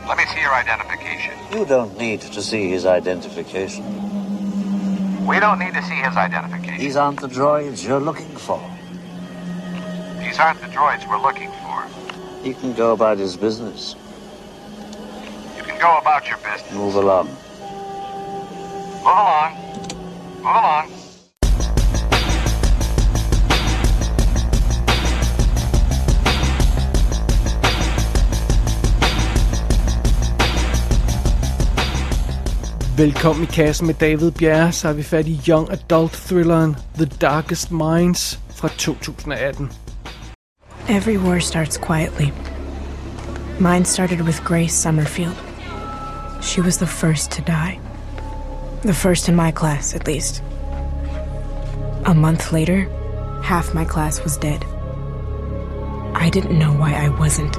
Let me see your identification. You don't need to see his identification. We don't need to see his identification. These aren't the droids you're looking for. These aren't the droids we're looking for. He can go about his business. You can go about your business. Move along. Move along. Move along. Velkommen i kassen med David Bjerre, så har vi fat i young adult thrilleren The Darkest Minds fra 2018. Every war starts quietly. Mine started with Grace Summerfield. She was the first to die. The first in my class, at least. A month later, half my class was dead. I didn't know why I wasn't.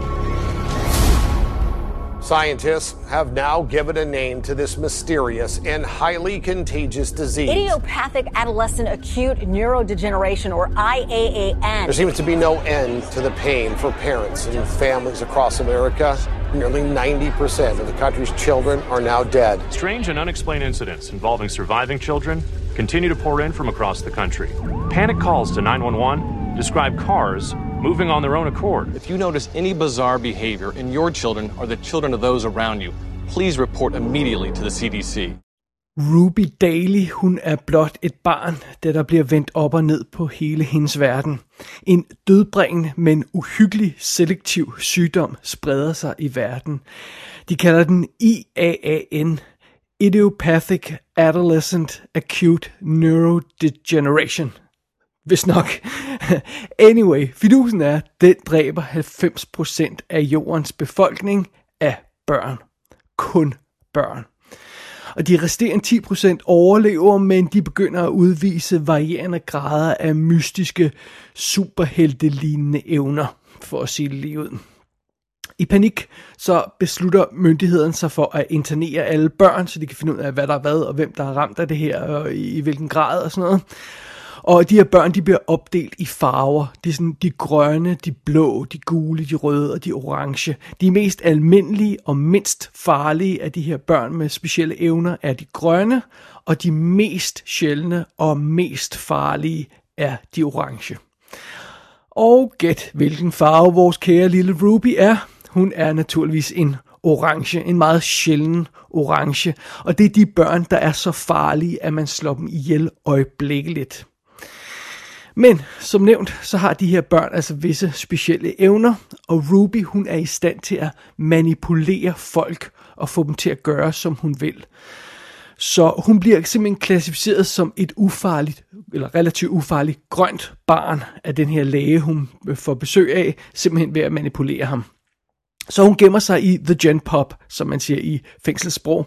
Scientists have now given a name to this mysterious and highly contagious disease. Idiopathic adolescent acute neurodegeneration, or IAAN. There seems to be no end to the pain for parents and families across America. Nearly 90% of the country's children are now dead. Strange and unexplained incidents involving surviving children continue to pour in from across the country. Panic calls to 911 describe cars moving on their own accord. If you notice any bizarre behavior in your children or the children of those around you, please report immediately to the CDC. Ruby Daly, hun er blot et barn, da der bliver vendt op og ned på hele hendes verden. En dødbringende, men uhyggelig selektiv sygdom spreder sig i verden. De kalder den IAAN, Idiopathic Adolescent Acute Neurodegeneration. Hvis nok. Anyway, fidusen er, den dræber 90% af jordens befolkning af børn. Kun børn. Og de resterende 10% overlever, men de begynder at udvise varierende grader af mystiske, superheltelignende evner, for at sige det lige ud. I panik så beslutter myndigheden sig for at internere alle børn, så de kan finde ud af, hvad der er hvad, og hvem der er ramt af det her, og i hvilken grad og sådan noget. Og de her børn, de bliver opdelt i farver. Det er sådan de grønne, de blå, de gule, de røde og de orange. De mest almindelige og mindst farlige af de her børn med specielle evner er de grønne, og de mest sjældne og mest farlige er de orange. Og gæt hvilken farve vores kære lille Ruby er. Hun er naturligvis en orange, en meget sjælden orange. Og det er de børn, der er så farlige, at man slår dem ihjel øjeblikkeligt. Men som nævnt, så har de her børn altså visse specielle evner, og Ruby, hun er i stand til at manipulere folk og få dem til at gøre, som hun vil. Så hun bliver simpelthen klassificeret som et ufarligt, eller relativt ufarligt, grønt barn af den her læge, hun får besøg af, simpelthen ved at manipulere ham. Så hun gemmer sig i The Gen Pop, som man siger i fængselssprog.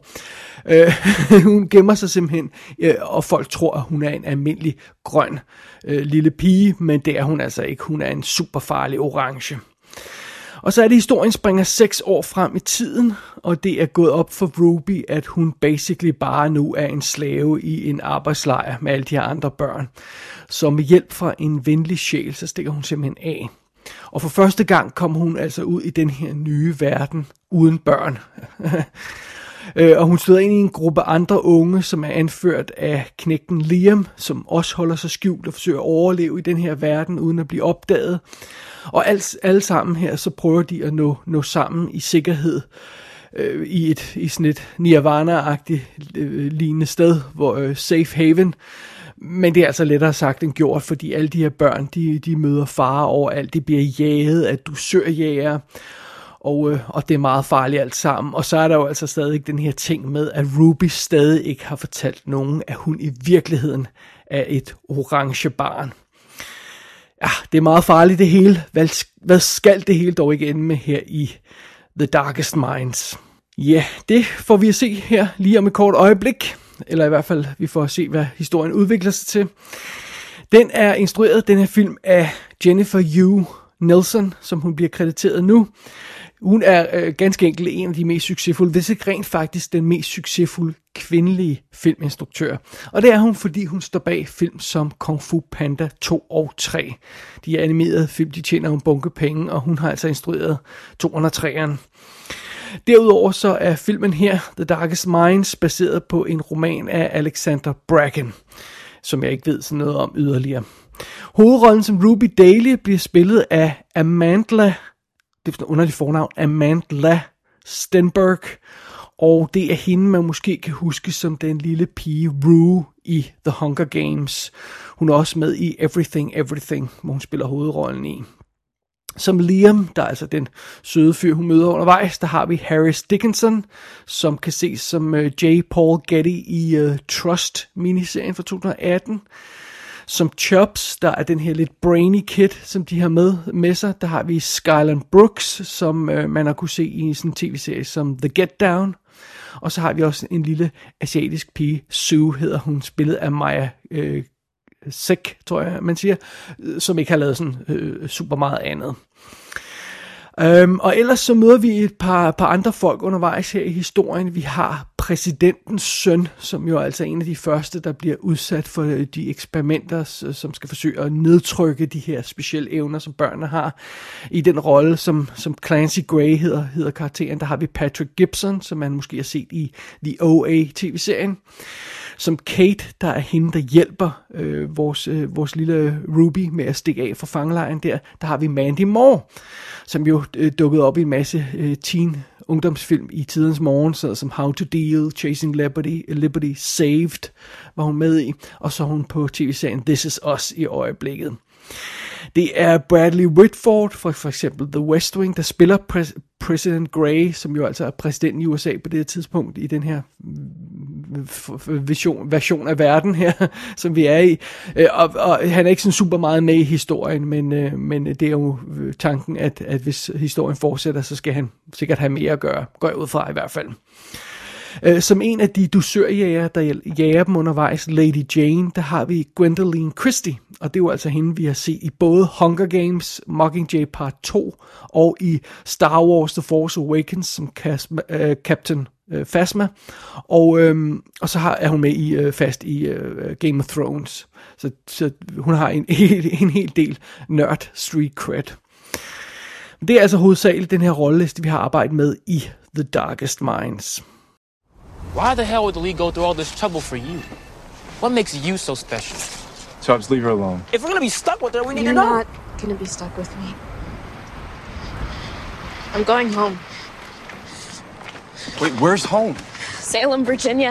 Hun gemmer sig simpelthen, og folk tror, at hun er en almindelig grøn lille pige, men det er hun altså ikke. Hun er en super farlig orange. Og så er det, historien springer 6 år frem i tiden, og det er gået op for Ruby, at hun basically bare nu er en slave i en arbejdslejr med alle de her andre børn. Så med hjælp fra en venlig sjæl, så stikker hun simpelthen af. Og for første gang kom hun altså ud i den her nye verden uden børn. Og hun støder ind i en gruppe andre unge, som er anført af knægten Liam, som også holder sig skjult og forsøger at overleve i den her verden uden at blive opdaget. Og alle sammen her, så prøver de at nå sammen i sikkerhed i sådan et Nirvana-agtigt lignende sted, hvor Safe Haven. Men det er altså lettere sagt end gjort, fordi alle de her børn, de møder farer overalt. De bliver jaget af dusørjæger, og det er meget farligt alt sammen. Og så er der jo altså stadig den her ting med, at Ruby stadig ikke har fortalt nogen, at hun i virkeligheden er et orange barn. Ja, det er meget farligt det hele. Hvad skal det hele dog ikke ende med her i The Darkest Minds? Ja, det får vi at se her lige om et kort øjeblik. Eller i hvert fald, vi får at se, hvad historien udvikler sig til. Den er instrueret, den her film, af Jennifer Hugh Nelson, som hun bliver krediteret nu. Hun er ganske enkelt en af de mest succesfulde, hvis ikke rent faktisk den mest succesfulde kvindelige filminstruktør. Og det er hun, fordi hun står bag film som Kung Fu Panda 2 og 3. De animerede film, de tjener en bunke penge, og hun har altså instrueret 2'eren og 3'eren. Derudover så er filmen her, The Darkest Minds, baseret på en roman af Alexander Bracken, som jeg ikke ved sådan noget om yderligere. Hovedrollen som Ruby Daly bliver spillet af Amandla, det er et underligt fornavn, Amandla Stenberg, og det er hende, man måske kan huske som den lille pige Rue i The Hunger Games. Hun er også med i Everything, Everything, hvor hun spiller hovedrollen i. Som Liam, der er altså den søde fyr, hun møder undervejs, der har vi Harris Dickinson, som kan ses som J. Paul Getty i Trust miniserien fra 2018. Som Chubbs, der er den her lidt brainy kid, som de har med sig. Der har vi Skyland Brooks, som man har kunne se i sådan en tv-serie som The Get Down. Og så har vi også en lille asiatisk pige, Sue hedder hun, spillet af Maya Sek, tror jeg man siger, som ikke har lavet sådan super meget andet. Og ellers så møder vi et par andre folk undervejs her i historien. Vi har præsidentens søn, som jo er altså en af de første, der bliver udsat for de eksperimenter, som skal forsøge at nedtrykke de her specielle evner, som børnene har. I den rolle, som Clancy Gray hedder karakteren, der har vi Patrick Gibson, som man måske har set i The OA tv-serien. Som Kate, der er hende, der hjælper vores lille Ruby med at stikke af fra fangelejren der har vi Mandy Moore, som jo dukkede op i en masse ungdomsfilm i tidens morgen, så som How to Deal, Chasing Liberty, Saved var hun med i, og så hun på tv-serien This Is Us i øjeblikket. Det er Bradley Whitford for eksempel The West Wing, der spiller President Gray, som jo altså er præsidenten i USA på det tidspunkt i den her version af verden her, som vi er i. Og han er ikke sådan super meget med i historien, men det er jo tanken, at hvis historien fortsætter, så skal han sikkert have mere at gøre, går jeg ud fra i hvert fald. Som en af de dusørjæger, der jager dem undervejs, Lady Jane, der har vi Gwendoline Christie, og det er jo altså hende, vi har set i både Hunger Games, Mockingjay Part 2, og i Star Wars The Force Awakens som Captain Phasma, og så er hun med fast i Game of Thrones, så hun har en hel del nørd street cred. Det er altså hovedsageligt den her rolleliste, vi har arbejdet med i The Darkest Minds. Why the hell would the League go through all this trouble for you? What makes you so special? Tubbs, leave her alone. If we're gonna be stuck with her, we need You're to know. not gonna be stuck with me. I'm going home. Wait, where's home? Salem, Virginia.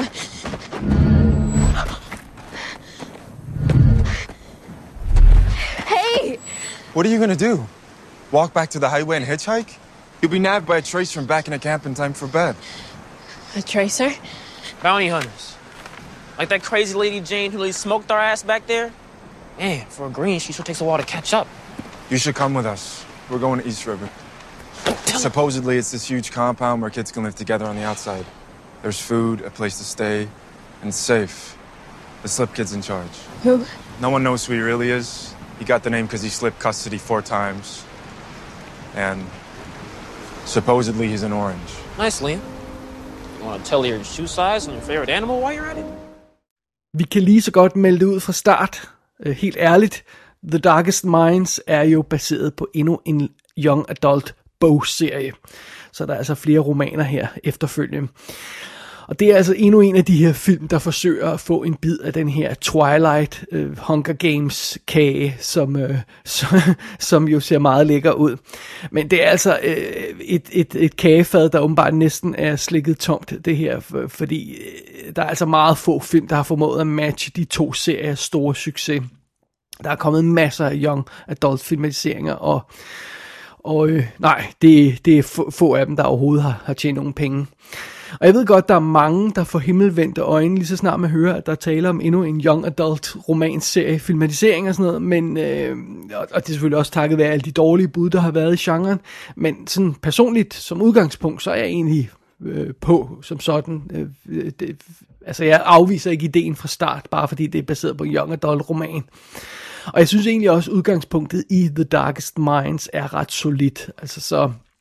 Hey! What are you gonna do? Walk back to the highway and hitchhike? You'll be nabbed by a trace from back in the camp in time for bed. A tracer? Bounty hunters. Like that crazy Lady Jane who really smoked our ass back there? Man, for a green, she sure takes a while to catch up. You should come with us. We're going to East River. Supposedly, it's this huge compound where kids can live together on the outside. There's food, a place to stay, and it's safe. The Slip Kid's in charge. Who? No one knows who he really is. He got the name because he slipped custody 4 times. And supposedly he's an orange. Nice, Liam. You want to tell your shoe size and your favorite animal while you're at it? Vi kan lige så godt melde det ud fra start. Helt ærligt, The Darkest Minds er jo baseret på endnu en young adult bogserie. Så der er altså flere romaner her efterfølgende. Og det er altså endnu en af de her film, der forsøger at få en bid af den her Twilight Hunger Games kage, som jo ser meget lækker ud. Men det er altså et kagefad, der åbenbart næsten er slikket tomt, det her, fordi der er altså meget få film, der har formået at matche de 2 seriers store succes. Der er kommet masser af young adult filmatiseringer, og nej, det er få af dem, der overhovedet har tjent nogen penge. Og jeg ved godt, der er mange, der får himmelvendte øjne, lige så snart man hører, at der taler om endnu en young adult romanserie, filmatisering og sådan noget, men, og det er selvfølgelig også takket være alle de dårlige bud, der har været i genren, men sådan personligt, som udgangspunkt, så er jeg egentlig på som sådan. Altså jeg afviser ikke ideen fra start, bare fordi det er baseret på en young adult roman. Og jeg synes egentlig også, udgangspunktet i The Darkest Minds er ret solidt. Altså så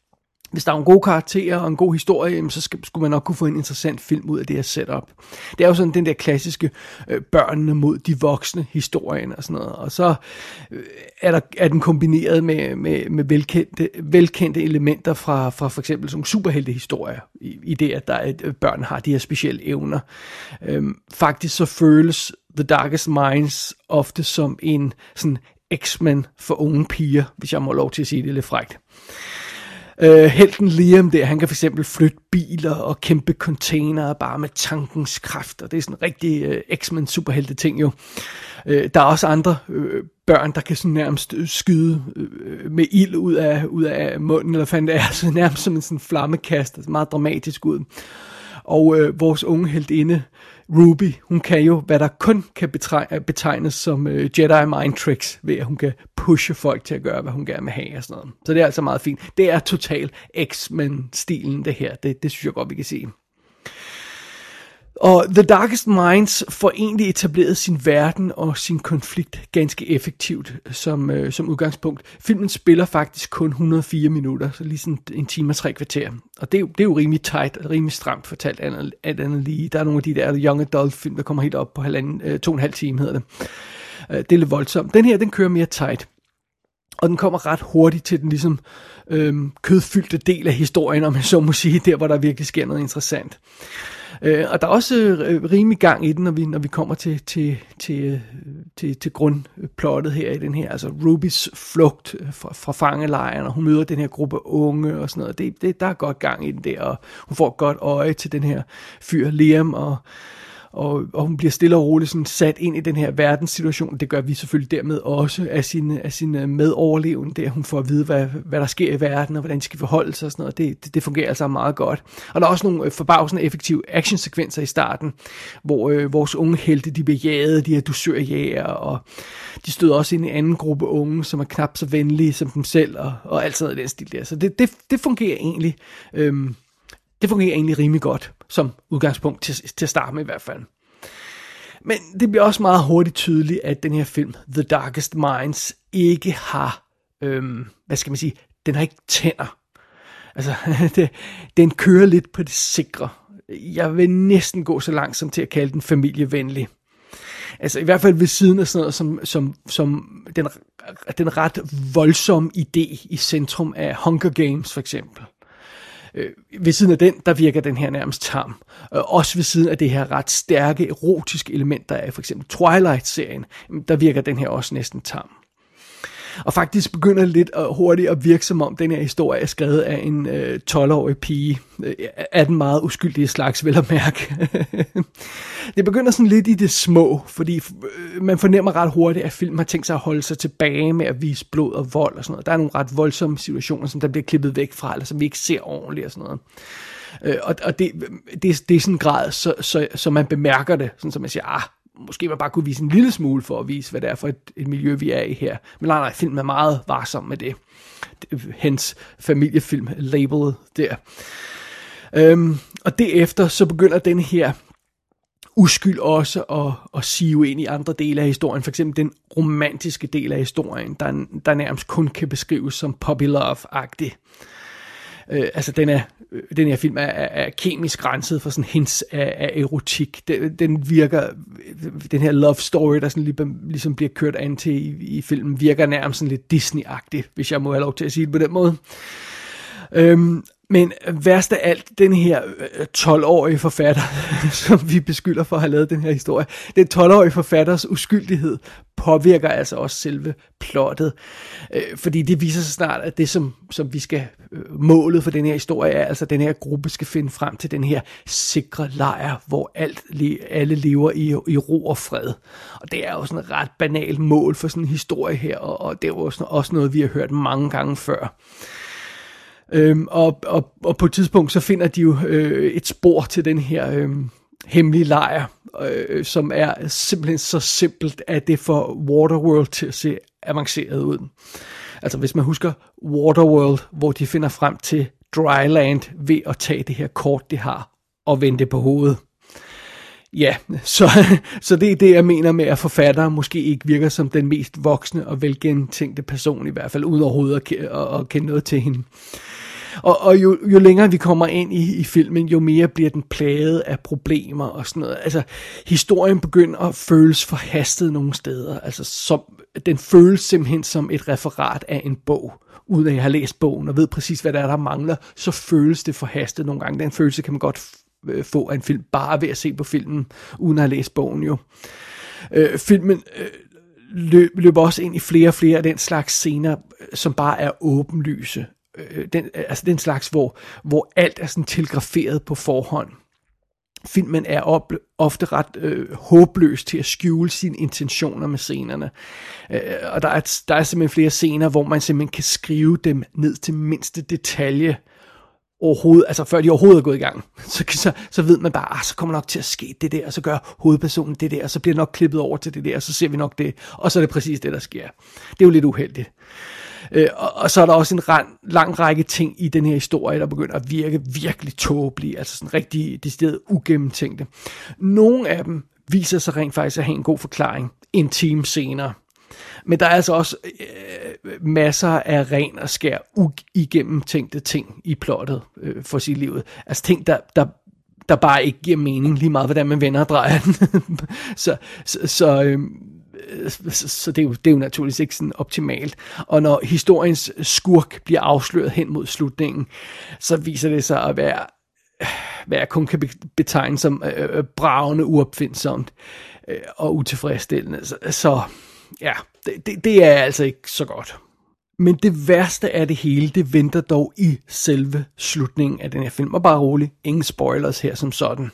hvis der er en god karakter og en god historie, så skulle man nok kunne få en interessant film ud af det her setup. Det er jo sådan den der børnene mod de voksne historien og sådan noget. Og så er den kombineret med velkendte elementer fra for eksempel sådan superheltehistorier, i det, at børn har de her specielle evner. Faktisk så føles The Darkest Minds ofte som en sådan X-Men for unge piger, hvis jeg må lov til at sige det lidt frækt. Helten Liam der, han kan for eksempel flytte biler og kæmpe containere bare med tankens kraft, og det er sådan en rigtig X-Men superhelte ting jo. Der er også andre børn, der kan sådan nærmest skyde med ild ud af munden, eller fandt det er, så nærmest som en sådan flammekast, altså meget dramatisk ud. Og vores unge heltinde, Ruby, hun kan jo, hvad der kun kan betegnes som Jedi mind tricks, ved at hun kan pushe folk til at gøre, hvad hun gerne vil have og sådan noget. Så det er altså meget fint. Det er total X-Men-stilen, det her. Det synes jeg godt, vi kan se. Og The Darkest Minds får egentlig etableret sin verden og sin konflikt ganske effektivt som udgangspunkt. Filmen spiller faktisk kun 104 minutter, så lige sådan en time og 3 kvarter. Og det er jo rimelig tight og rimelig stramt fortalt alt andet lige. Der er nogle af de der young adult film, der kommer helt op på 2,5 time, hedder det. Det er lidt voldsomt. Den her, den kører mere tight. Og den kommer ret hurtigt til den ligesom kødfyldte del af historien, om man så må sige, der hvor der virkelig sker noget interessant. Og der er også rimelig gang i den, når vi kommer til grundplottet her i den her, altså Rubys flugt fra fangelejren, og hun møder den her gruppe unge og sådan noget. Der er godt gang i den der, og hun får et godt øje til den her fyr Liam, og hun bliver stille og roligt sådan sat ind i den her verdenssituation. Det gør vi selvfølgelig dermed også af sin medoverlevende, der hun får at vide, hvad der sker i verden, og hvordan de skal forholde sig og sådan noget. Det fungerer altså meget godt. Og der er også nogle forbavsende effektive actionsekvenser i starten, hvor vores unge helte, de bliver jaget, de her dusørjæger, og de støder også ind i en anden gruppe unge, som er knap så venlige som dem selv, og alt sådan noget i den stil der. Så det fungerer egentlig. Det fungerer egentlig rimelig godt, som udgangspunkt til at starte med i hvert fald. Men det bliver også meget hurtigt tydeligt, at den her film, The Darkest Minds, ikke har, hvad skal man sige, den har ikke tænder. Altså, den kører lidt på det sikre. Jeg vil næsten gå så langt som til at kalde den familievenlig. Altså i hvert fald ved siden af sådan noget som den ret voldsomme idé i centrum af Hunger Games for eksempel. Ved siden af den, der virker den her nærmest tam. Også ved siden af det her ret stærke erotiske element, der er for eksempel Twilight-serien, der virker den her også næsten tam. Og faktisk begynder det lidt hurtigt at virke som om, den her historie er skrevet af en 12-årig pige. Er den meget uskyldige slags, vel at mærke. Det begynder sådan lidt i det små, fordi man fornemmer ret hurtigt, at filmen har tænkt sig at holde sig tilbage med at vise blod og vold og sådan noget. Der er nogle ret voldsomme situationer, som der bliver klippet væk fra, eller som vi ikke ser ordentligt og sådan noget. Og det er sådan en grad, så man bemærker det, sådan som man siger, måske man bare kunne vise en lille smule for at vise, hvad det er for et miljø, vi er i her. Men nej, filmen er meget varsom med det. Hens familiefilm-labelet der. Og derefter så begynder den her uskyld også at sive ind i andre dele af historien. For eksempel den romantiske del af historien, der nærmest kun kan beskrives som puppy love-agtig. Altså den her film er kemisk renset for sådan hints af erotik. Den virker, den her love story, der sådan ligesom bliver kørt an til i filmen, virker nærmest sådan lidt Disney-agtig, hvis jeg må have lov til at sige det på den måde. Men værst af alt, den her 12-årige forfatter, som vi beskylder for at have lavet den her historie, den 12-årige forfatters uskyldighed påvirker altså også selve plottet. Fordi det viser sig snart, at det som vi skal målet for den her historie er, altså den her gruppe skal finde frem til den her sikre lejr, hvor alle lever i ro og fred. Og det er jo sådan et ret banalt mål for sådan en historie her, og det er jo også noget, vi har hørt mange gange før. Og på et tidspunkt så finder de jo et spor til den her hemmelige lejr, som er simpelthen så simpelt, at det får Waterworld til at se avanceret ud. Altså hvis man husker Waterworld, hvor de finder frem til Dryland ved at tage det her kort, de har, og vende det på hovedet. Ja, så det er det, jeg mener med, at forfattere måske ikke virker som den mest voksne og velgentænkte person, i hvert fald uden overhovedet at kende noget til hende. Og jo længere vi kommer ind i filmen, jo mere bliver den plaget af problemer og sådan noget. Altså, historien begynder at føles forhastet nogle steder. Altså, den føles simpelthen som et referat af en bog. Uden at jeg har læst bogen og ved præcis, hvad der mangler, så føles det forhastet nogle gange. Den følelse kan man godt få af en film, bare ved at se på filmen, uden at have læst bogen jo. Filmen løber også ind i flere og flere af den slags scener, som bare er åbenlyse. Den slags, hvor alt er sådan telegraferet på forhånd. Filmen er ofte ret håbløs til at skjule sine intentioner med scenerne. Og der er simpelthen flere scener, hvor man simpelthen kan skrive dem ned til mindste detalje overhovedet, altså før de overhovedet er gået i gang. Så ved man bare, så kommer nok til at ske det der, og så gør hovedpersonen det der, og så bliver det nok klippet over til det der, og så ser vi nok det, og så er det præcis det, der sker. Det er jo lidt uheldigt. Og så er der også en lang række ting i den her historie, der begynder at virke virkelig tåbelige, altså sådan rigtig decideret ugennemtænkte. Nogle af dem viser sig rent faktisk at have en god forklaring en time senere. Men der er altså også masser af ren og skær uigennemtænkte ting i plottet for sit livet. Altså ting, der bare ikke giver mening, lige meget hvordan man vender og drejer den. Så det er jo naturligvis ikke sådan optimalt. Og når historiens skurk bliver afsløret hen mod slutningen, så viser det sig at være, hvad jeg kun kan betegne som bragende uopfindsomt og utilfredsstillende. Så ja, det er altså ikke så godt. Men det værste af det hele, det venter dog i selve slutningen af den her film. Og bare rolig, ingen spoilers her som sådan.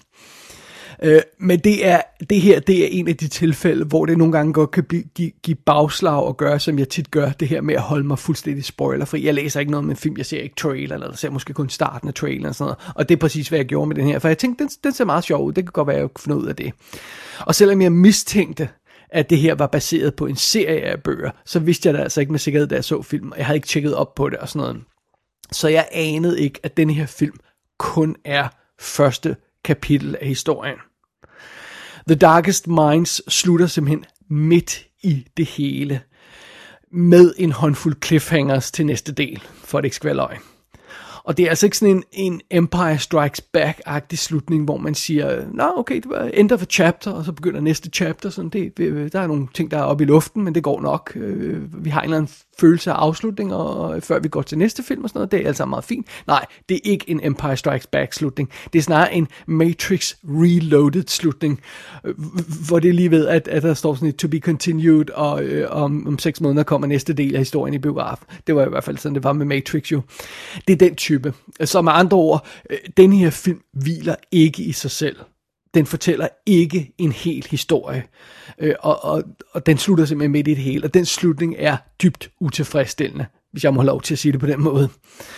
Men det er en af de tilfælde, hvor det nogle gange godt kan give bagslag og gøre, som jeg tit gør, det her med at holde mig fuldstændig spoilerfri. Jeg læser ikke noget med en film, jeg ser ikke trailer, eller ser måske kun starten af traileren og sådan noget. Og det er præcis, hvad jeg gjorde med den her, for jeg tænkte, den ser meget sjov ud, det kan godt være, at jeg kunne finde ud af det. Og selvom jeg mistænkte, at det her var baseret på en serie af bøger, så vidste jeg det altså ikke med sikkerhed, da jeg så filmen. Jeg havde ikke tjekket op på det og sådan noget. Så jeg anede ikke, at den her film kun er første kapitel af historien. The Darkest Minds slutter simpelthen midt i det hele, med en håndfuld cliffhangers til næste del, for at det ikke skal være løgn. Og det er altså ikke sådan en Empire Strikes Back-agtig slutning, hvor man siger, nå okay, det var end of a chapter, og så begynder næste chapter. Sådan der er nogle ting, der er oppe i luften, men det går nok. Vi har en eller anden følelse af afslutning, og før vi går til næste film og sådan noget, det er altså meget fint. Nej, det er ikke en Empire Strikes Back-slutning. Det er snarere en Matrix Reloaded-slutning, hvor det er lige ved, at der står sådan et to be continued, og om 6 måneder kommer næste del af historien i biografen. Det var i hvert fald sådan, det var med Matrix jo. Det er den type. Så med andre ord, den her film hviler ikke i sig selv. Den fortæller ikke en hel historie. Og den slutter simpelthen midt i det hele. Og den slutning er dybt utilfredsstillende, hvis jeg må have lov til at sige det på den måde.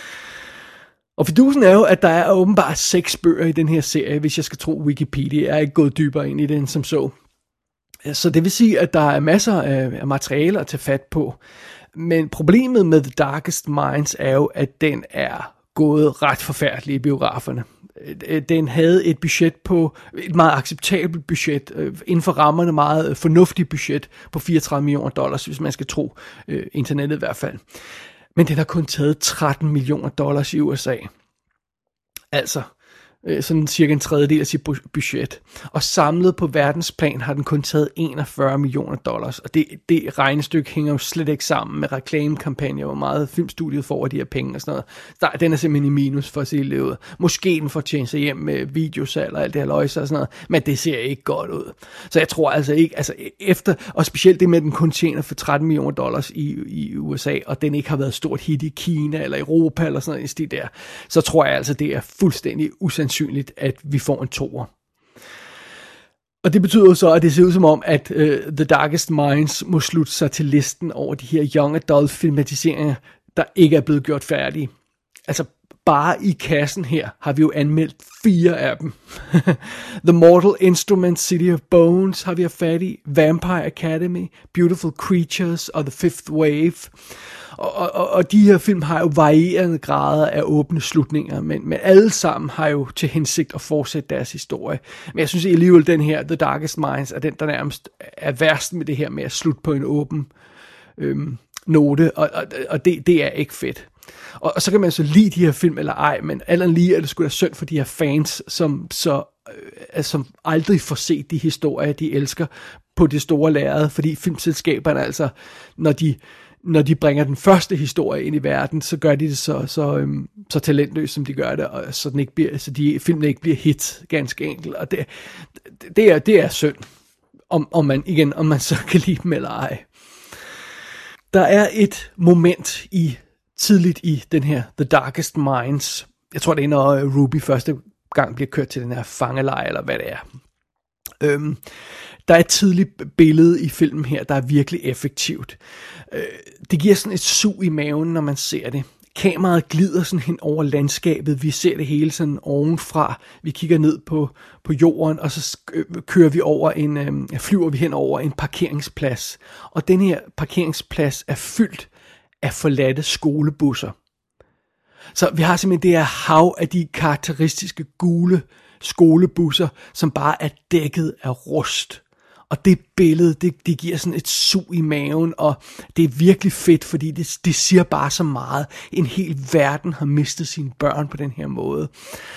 Og fidusen er jo, at der er åbenbart 6 bøger i den her serie, hvis jeg skal tro Wikipedia. Jeg er ikke gået dybere ind i den som så. Så det vil sige, at der er masser af materiale at tage fat på. Men problemet med The Darkest Minds er jo, at den er gået ret forfærdeligt i biograferne. Den havde et budget på, et meget acceptabelt budget, inden for rammerne meget fornuftigt budget på $34 million, hvis man skal tro internettet i hvert fald. Men den har kun taget $13 million i USA. Altså sådan cirka en tredjedel af sit budget. Og samlet på verdensplan har den kun taget $41 million. Og det regnestykke hænger jo slet ikke sammen med reklamekampagner, hvor meget filmstudiet får de her penge og sådan noget. Den er simpelthen i minus for at se livet. Måske den får tjent sig hjem med videosalg og alt det her løjse og sådan noget, men det ser ikke godt ud. Så jeg tror altså ikke, altså efter, og specielt det med, at den kun tjener for $13 million i USA, og den ikke har været stort hit i Kina eller Europa eller sådan noget i stil der, så tror jeg altså, det er fuldstændig usandsynligt, at vi får en toer. Og det betyder så, at det ser ud som om, at The Darkest Minds må slutte sig til listen over de her young adult filmatiseringer, der ikke er blevet gjort færdige. Altså bare i kassen her har vi jo anmeldt 4 af dem. The Mortal Instruments, City of Bones har vi haft fat i, Vampire Academy, Beautiful Creatures og The Fifth Wave. Og de her film har jo varierende grader af åbne slutninger, men alle sammen har jo til hensigt at fortsætte deres historie. Men jeg synes alligevel, den her, The Darkest Minds, er den, der nærmest er værst med det her med at slutte på en åben note, og det er ikke fedt. Og så kan man så lide de her film eller ej, men alt lige er det sgu da synd for de her fans, som aldrig får set de historier, de elsker på det store lærred, fordi filmselskaberne altså, når de bringer den første historie ind i verden, så gør de det så talentløst, som de gør det, og så filmen ikke bliver hit, ganske enkelt. Og det er synd, om man så kan lide dem eller ej. Der er et moment tidligt i den her The Darkest Minds. Jeg tror, det er, når Ruby første gang bliver kørt til den her fangelejr, eller hvad det er. Der er et tidligt billede i filmen her, der er virkelig effektivt. Det giver sådan et sug i maven, når man ser det. Kameraet glider sådan hen over landskabet. Vi ser det hele sådan ovenfra. Vi kigger ned på jorden, og så flyver vi hen over en parkeringsplads. Og den her parkeringsplads er fyldt af forladte skolebusser. Så vi har simpelthen det her hav af de karakteristiske gule skolebusser, som bare er dækket af rust. Og det billede, det giver sådan et sug i maven, og det er virkelig fedt, fordi det siger bare så meget. En hel verden har mistet sine børn på den her måde.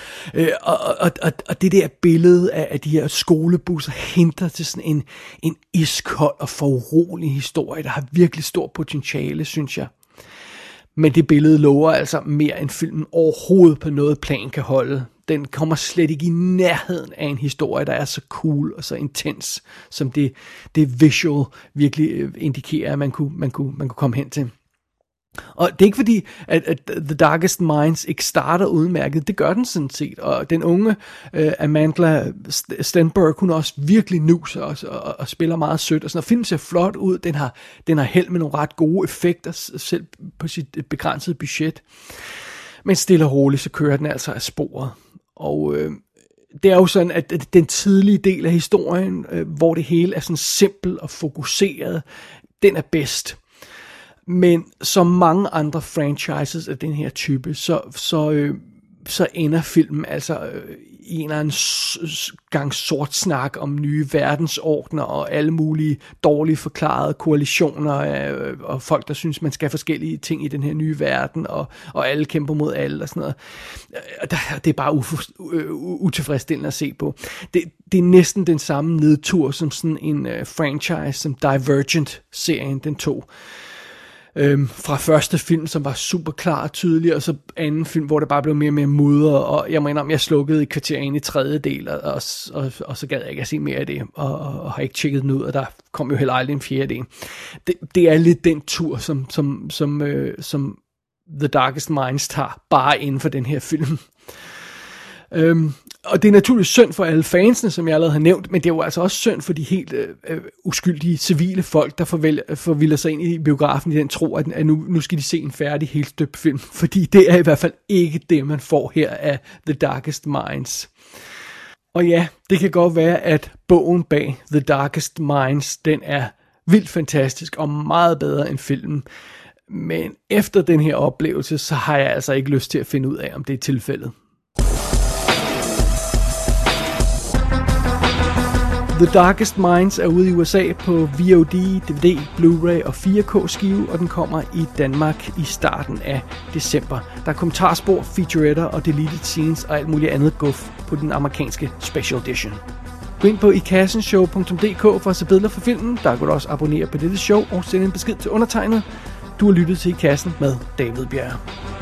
Og det der billede af de her skolebusser henter til sådan en iskold og forurolig historie, der har virkelig stor potentiale, synes jeg. Men det billede lover altså mere end filmen overhovedet på noget plan kan holde. Den kommer slet ikke i nærheden af en historie, der er så cool og så intens, som det visual virkelig indikerer, at man kunne komme hen til. Og det er ikke fordi, at The Darkest Minds ikke starter udmærket. Det gør den sådan set. Og den unge Amandla Stenberg, hun er også virkelig nus og spiller meget sødt. Og sådan, og filmen ser flot ud. Den har held med nogle ret gode effekter, selv på sit begrænsede budget. Men stille og roligt, så kører den altså af sporet. Og det er jo sådan, at den tidlige del af historien, hvor det hele er sådan simpelt og fokuseret, den er bedst. Men som mange andre franchises af den her type, så ender filmen altså i en eller anden gang sort snak om nye verdensordner og alle mulige dårligt forklarede koalitioner og folk, der synes, man skal have forskellige ting i den her nye verden, og alle kæmper mod alle og sådan noget. Det er bare utilfredsstillende at se på. Det er næsten den samme nedtur som sådan en franchise, som Divergent-serien den tog. Fra første film, som var super klar og tydelig, og så anden film, hvor det bare blev mere og mere mudret, og jeg mener, jeg slukkede i kvarter ind i tredje del, og så gad jeg ikke at se mere af det, og har ikke tjekket den ud, og der kom jo heller aldrig en fjerde del. Det er lidt den tur, som The Darkest Minds tager, bare inden for den her film. Og det er naturligvis synd for alle fansene, som jeg allerede har nævnt, men det er jo altså også synd for de helt uskyldige civile folk, der forvilder sig ind i biografen i den tro, at nu skal de se en færdig, helt støbt film, fordi det er i hvert fald ikke det, man får her af The Darkest Minds. Og ja, det kan godt være, at bogen bag The Darkest Minds, den er vildt fantastisk og meget bedre end filmen, men efter den her oplevelse, så har jeg altså ikke lyst til at finde ud af, om det er tilfældet. The Darkest Minds er ude i USA på VOD, DVD, Blu-ray og 4K-skive, og den kommer i Danmark i starten af december. Der er kommentarspor, featuretter og deleted scenes og alt muligt andet guf på den amerikanske special edition. Gå ind på ikassenshow.dk for at se billeder fra filmen. Der kan du også abonnere på dette show og sende en besked til undertegnet. Du har lyttet til I Kassen med David Bjerg.